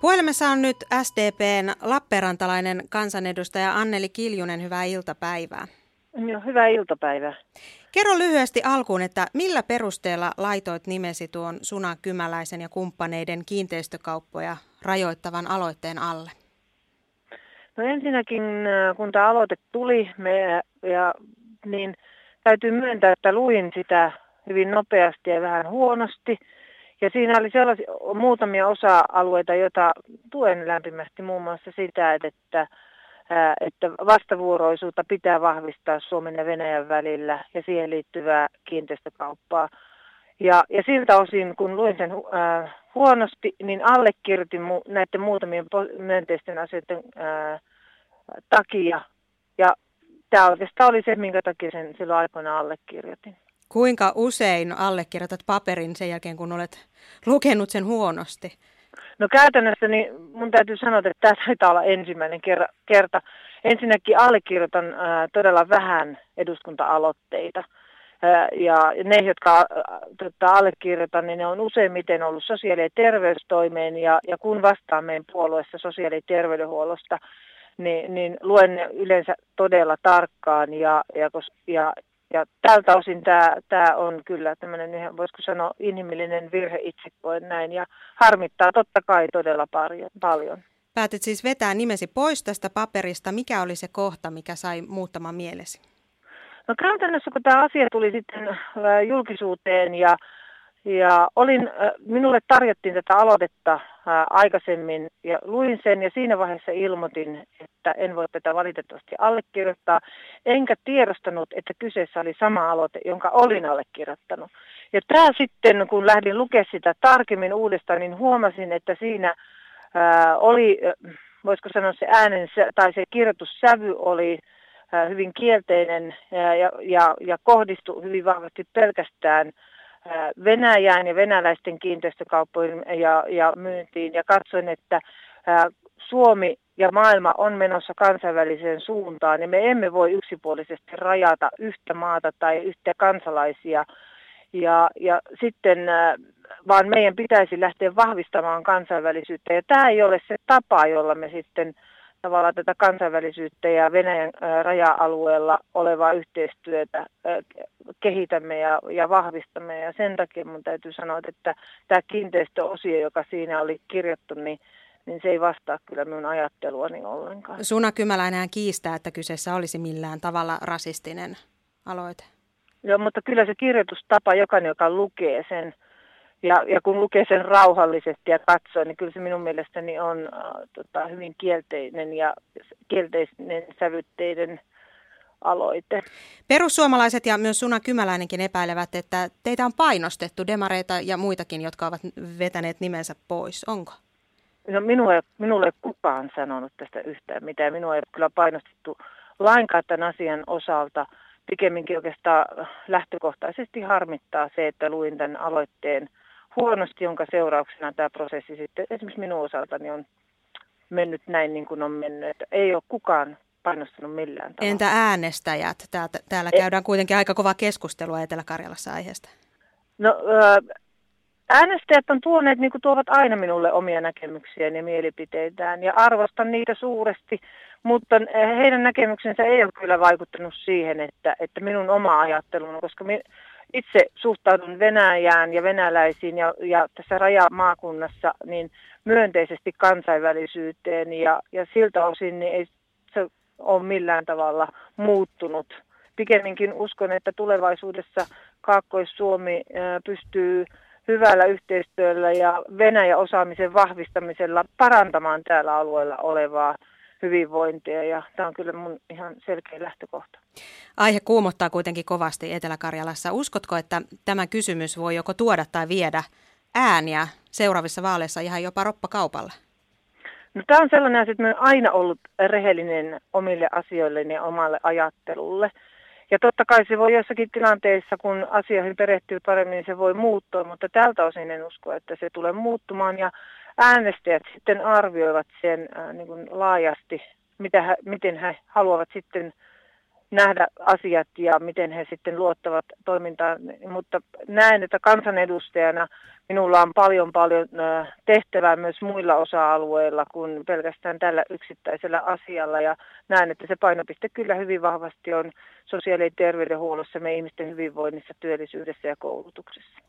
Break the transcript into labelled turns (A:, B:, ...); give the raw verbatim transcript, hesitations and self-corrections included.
A: Puhelimessa on nyt S D P:n lappeenrantalainen kansanedustaja Anneli Kiljunen. Hyvää iltapäivää.
B: Joo, hyvää iltapäivää.
A: Kerro lyhyesti alkuun, että millä perusteella laitoit nimesi tuon Suna Kymäläisen ja kumppaneiden kiinteistökauppoja rajoittavan aloitteen alle?
B: No ensinnäkin, kun tämä aloite tuli, me, ja, niin täytyy myöntää, että luin sitä hyvin nopeasti ja vähän huonosti. Ja siinä oli sellaisia muutamia osa-alueita, joita tuen lämpimästi, muun muassa sitä, että, että vastavuoroisuutta pitää vahvistaa Suomen ja Venäjän välillä ja siihen liittyvää kiinteistökauppaa. Ja, ja siltä osin, kun luin sen äh, huonosti, niin allekirjoitin mu- näiden muutamien myönteisten asioiden äh, takia. Ja tämä oikeastaan oli se, minkä takia sen silloin aikoina allekirjoitin.
A: Kuinka usein allekirjoitat paperin sen jälkeen, kun olet lukenut sen huonosti?
B: No käytännössä niin mun täytyy sanoa, että tämä taitaa olla ensimmäinen kerta. Ensinnäkin allekirjoitan ää, todella vähän eduskunta-aloitteita. Ää, ja ne, jotka ää, tota, allekirjoitan, niin ne on useimmiten ollut sosiaali- ja terveystoimeen. Ja, ja kun vastaan meidän puolueessa sosiaali- ja terveydenhuollosta, niin, niin luen ne yleensä todella tarkkaan ja, ja, ja Ja tältä osin tämä, tämä on kyllä tämmöinen, voisiko sanoa, inhimillinen virhe, itse koen näin, ja harmittaa totta kai todella paljon.
A: Päätit siis vetää nimesi pois tästä paperista. Mikä oli se kohta, mikä sai muuttamaan mielesi?
B: No käytännössä, kun tämä asia tuli sitten julkisuuteen ja, ja olin, minulle tarjottiin tätä aloitetta aikaisemmin ja luin sen ja siinä vaiheessa ilmoitin, että en voi tätä valitettavasti allekirjoittaa. Enkä tiedostanut, että kyseessä oli sama aloite, jonka olin allekirjoittanut. Ja tämä sitten, kun lähdin lukemaan sitä tarkemmin uudestaan, niin huomasin, että siinä ää, oli, voisiko sanoa se äänen tai se kirjoitussävy oli ää, hyvin kielteinen ja, ja, ja, ja kohdistui hyvin vahvasti pelkästään Venäjään ja venäläisten kiinteistökauppoihin ja, ja myyntiin. Ja katsoin, että ää, Suomi ja maailma on menossa kansainväliseen suuntaan ja me emme voi yksipuolisesti rajata yhtä maata tai yhtä kansalaisia. Ja, ja sitten, ää, vaan meidän pitäisi lähteä vahvistamaan kansainvälisyyttä. Ja tämä ei ole se tapa, jolla me sitten tavallaan tätä kansainvälisyyttä ja Venäjän ää, raja-alueella olevaa yhteistyötä ää, kehitämme ja, ja vahvistamme. Ja sen takia mun täytyy sanoa, että tämä kiinteistöosio, joka siinä oli kirjattu, niin, niin se ei vastaa kyllä minun ajatteluani ollenkaan.
A: Suna Kymäläinen kiistää, että kyseessä olisi millään tavalla rasistinen aloite.
B: Joo, mutta kyllä se kirjoitustapa, jokainen, joka lukee sen, Ja, ja kun lukee sen rauhallisesti ja katsoo, niin kyllä se minun mielestäni on äh, tota, hyvin kielteinen ja kielteinen sävytteiden aloite.
A: Perussuomalaiset ja myös Suna Kymäläinenkin epäilevät, että teitä on painostettu, demareita ja muitakin, jotka ovat vetäneet nimensä pois. Onko?
B: No minulle, minulle ei kukaan sanonut tästä yhtään mitään. Minua ei kyllä painostettu lainkaan tämän asian osalta. Pikemminkin oikeastaan lähtökohtaisesti harmittaa se, että luin tämän aloitteen huonosti, jonka seurauksena tämä prosessi sitten esimerkiksi minun osaltani on mennyt näin niin kuin on mennyt. Että ei ole kukaan painostanut millään tavalla.
A: Entä äänestäjät? Täältä, täällä käydään kuitenkin aika kovaa keskustelua Etelä-Karjalassa aiheesta.
B: No äänestäjät on tuoneet, niin kuin tuovat aina minulle omia näkemyksiään ja mielipiteitään ja arvostan niitä suuresti, mutta heidän näkemyksensä ei ole kyllä vaikuttanut siihen, että, että minun oma ajatteluni, koska minä itse suhtaudun Venäjään ja venäläisiin ja, ja tässä rajamaakunnassa niin myönteisesti kansainvälisyyteen ja, ja siltä osin niin ei se ole millään tavalla muuttunut. Pikemminkin uskon, että tulevaisuudessa Kaakkois-Suomi ää, pystyy hyvällä yhteistyöllä ja Venäjän osaamisen vahvistamisella parantamaan täällä alueella olevaa hyvinvointia ja tämä on kyllä mun ihan selkeä lähtökohta.
A: Aihe kuumottaa kuitenkin kovasti Etelä-Karjalassa. Uskotko, että tämä kysymys voi joko tuoda tai viedä ääniä seuraavissa vaaleissa ihan jopa roppakaupalla?
B: No, tämä on sellainen asia, että mä olen aina ollut rehellinen omille asioilleni ja omalle ajattelulle. Ja totta kai se voi jossakin tilanteissa, kun asioihin perehtyy paremmin, niin se voi muuttua, mutta tältä osin en usko, että se tulee muuttumaan. Ja äänestäjät sitten arvioivat sen äh, niin kuin laajasti, mitä he, miten he haluavat sitten nähdä asiat ja miten he sitten luottavat toimintaan. Mutta näen, että kansanedustajana minulla on paljon paljon tehtävää myös muilla osa-alueilla kuin pelkästään tällä yksittäisellä asialla. Ja näen, että se painopiste kyllä hyvin vahvasti on sosiaali- ja terveydenhuollossa, me ihmisten hyvinvoinnissa, työllisyydessä ja koulutuksessa.